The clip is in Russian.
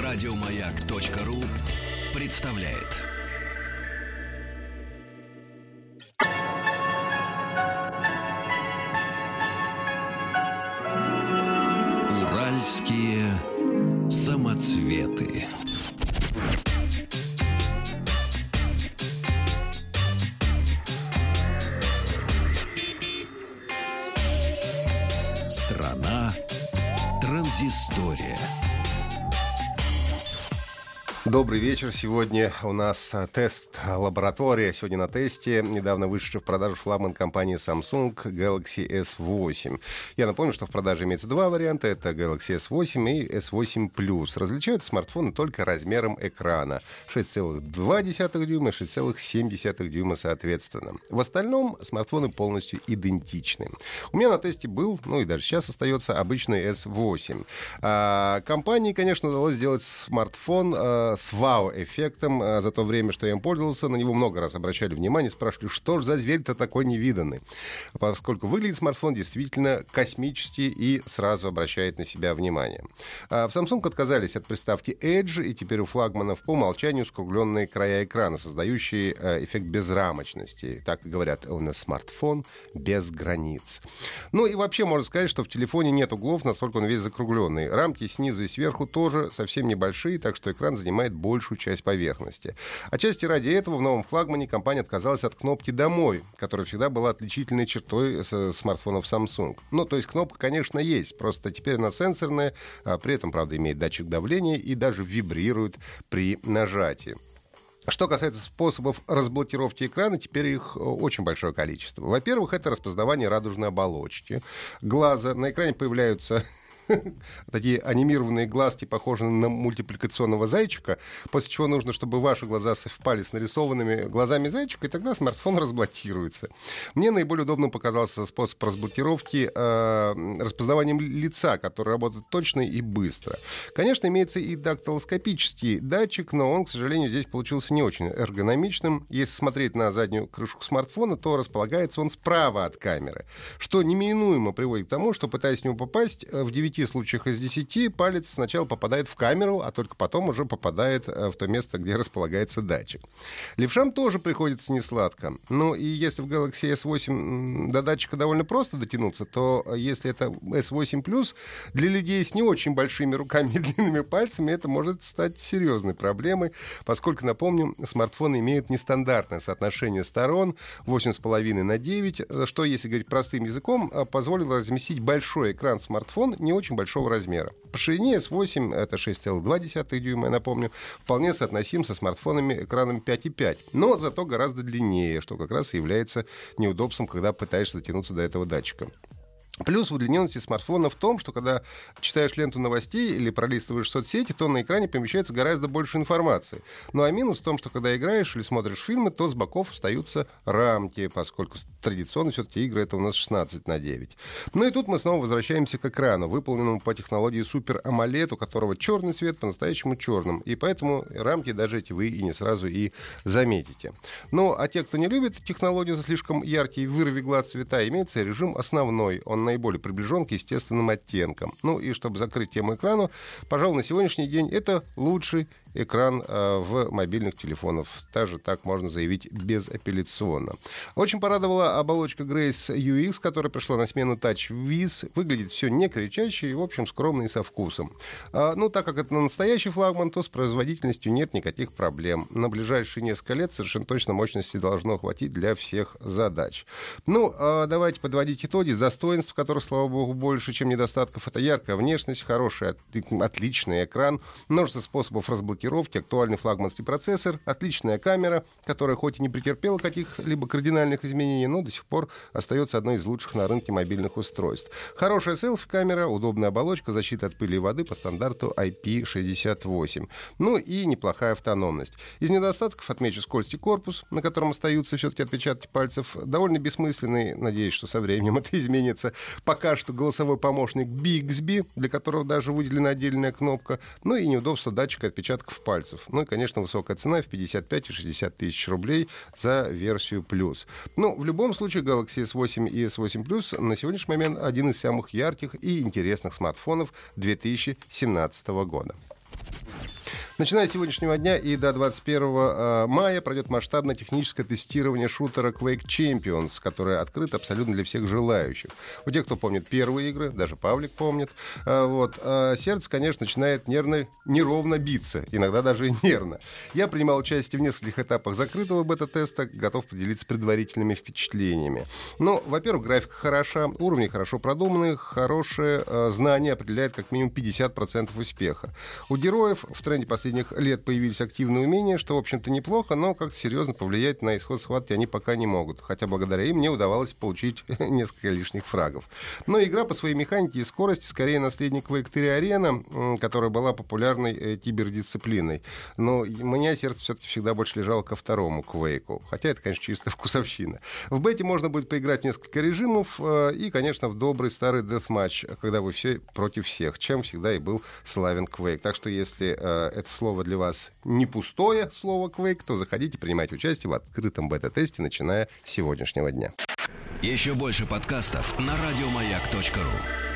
Радиомаяк.ру представляет. Уральские самоцветы. Страна транзистория. Добрый вечер. Сегодня у нас тест-лаборатория. Сегодня на тесте недавно вышедший в продажу флагман компании Samsung Galaxy S8. Я напомню, что в продаже имеется два варианта. Это Galaxy S8 и S8 Plus. Различаются смартфоны только размером экрана. 6,2 дюйма и 6,7 дюйма соответственно. В остальном смартфоны полностью идентичны. У меня на тесте был, и даже сейчас остается, обычный S8. Компании, конечно, удалось сделать смартфон с вау-эффектом. За то время, что я им пользовался, на него много раз обращали внимание, спрашивали, что же за зверь-то такой невиданный. Поскольку выглядит смартфон действительно космически и сразу обращает на себя внимание. В Samsung отказались от приставки Edge, и теперь у флагманов по умолчанию скругленные края экрана, создающие эффект безрамочности. Так и говорят, у нас смартфон без границ. И вообще можно сказать, что в телефоне нет углов, настолько он весь закругленный. Рамки снизу и сверху тоже совсем небольшие, так что экран занимает большую часть поверхности. Отчасти ради этого в новом флагмане компания отказалась от кнопки «Домой», которая всегда была отличительной чертой смартфонов Samsung. То есть кнопка, конечно, есть, просто теперь она сенсорная, при этом, правда, имеет датчик давления и даже вибрирует при нажатии. Что касается способов разблокировки экрана, теперь их очень большое количество. Во-первых, это распознавание радужной оболочки глаза. На экране появляются такие анимированные глазки, похожие на мультипликационного зайчика, после чего нужно, чтобы ваши глаза совпали с нарисованными глазами зайчика, и тогда смартфон разблокируется. Мне наиболее удобным показался способ разблокировки распознаванием лица, который работает точно и быстро. Конечно, имеется и дактилоскопический датчик, но он, к сожалению, здесь получился не очень эргономичным. Если смотреть на заднюю крышку смартфона, то располагается он справа от камеры, что неминуемо приводит к тому, что, пытаясь в него попасть, в 9 случаях из 10 палец сначала попадает в камеру, а только потом уже попадает в то место, где располагается датчик. Левшам тоже приходится несладко. И если в Galaxy S8 до датчика довольно просто дотянуться, то если это S8 Plus, для людей с не очень большими руками и длинными пальцами это может стать серьезной проблемой, поскольку, напомню, смартфоны имеют нестандартное соотношение сторон 8,5:9, что, если говорить простым языком, позволило разместить большой экран смартфона не очень большого размера. По ширине S8, это 6,2 дюйма, я напомню, вполне соотносим со смартфонами экраном 5,5, но зато гораздо длиннее, что как раз и является неудобством, когда пытаешься дотянуться до этого датчика. Плюс в удлиненности смартфона в том, что когда читаешь ленту новостей или пролистываешь соцсети, то на экране помещается гораздо больше информации. А минус в том, что когда играешь или смотришь фильмы, то с боков остаются рамки, поскольку традиционно все-таки игры это у нас 16:9. И тут мы снова возвращаемся к экрану, выполненному по технологии Super AMOLED, у которого черный цвет по-настоящему черным, и поэтому рамки даже эти вы и не сразу и заметите. А те, кто не любит технологию за слишком яркие вырви глаз цвета, имеется режим основной. Он наиболее приближен к естественным оттенкам. И чтобы закрыть тему экрану, пожалуй, на сегодняшний день это лучший экран в мобильных телефонах. Даже так можно заявить безапелляционно. Очень порадовала оболочка Grace UX, которая пришла на смену Touch Wiz. Выглядит все не кричаще и, в общем, скромно и со вкусом. Так как это настоящий флагман, то с производительностью нет никаких проблем. На ближайшие несколько лет совершенно точно мощности должно хватить для всех задач. Давайте подводить итоги. Достоинств, которых, слава богу, больше, чем недостатков, это яркая внешность, хороший, отличный экран, множество способов разблокировки, актуальный флагманский процессор, отличная камера, которая хоть и не претерпела каких-либо кардинальных изменений, но до сих пор остается одной из лучших на рынке мобильных устройств. Хорошая селфи-камера, удобная оболочка, защита от пыли и воды по стандарту IP68. И неплохая автономность. Из недостатков отмечу скользкий корпус, на котором остаются все-таки отпечатки пальцев, довольно бессмысленный, надеюсь, что со временем это изменится, пока что голосовой помощник Bixby, для которого даже выделена отдельная кнопка, и неудобство датчика отпечатков пальцев. И, конечно, высокая цена в 55 и 60 тысяч рублей за версию Plus. В любом случае, Galaxy S8 и S8 Plus на сегодняшний момент один из самых ярких и интересных смартфонов 2017 года. Начиная с сегодняшнего дня и до 21 мая пройдет масштабное техническое тестирование шутера Quake Champions, которое открыто абсолютно для всех желающих. У тех, кто помнит первые игры, даже Павлик помнит, сердце, конечно, начинает неровно биться, иногда даже и нервно. Я принимал участие в нескольких этапах закрытого бета-теста, готов поделиться предварительными впечатлениями. Ну, во-первых, графика хороша, уровни хорошо продуманы, хорошее знание определяет как минимум 50% успеха. У героев в тренде последних лет появились активные умения, что, в общем-то, неплохо, но как-то серьезно повлиять на исход схватки они пока не могут. Хотя благодаря им мне удавалось получить несколько лишних фрагов. Но игра по своей механике и скорости скорее наследник Quake 3 Arena, которая была популярной кибердисциплиной. Но у меня сердце все-таки всегда больше лежало ко второму Quake. Хотя это, конечно, чисто вкусовщина. В бете можно будет поиграть в несколько режимов и, конечно, в добрый старый deathmatch, когда вы все против всех, чем всегда и был славен Quake. Так что если это слово для вас не пустое слово Quake, то заходите, принимайте участие в открытом бета-тесте, начиная с сегодняшнего дня. Еще больше подкастов на радиомаяк.ру.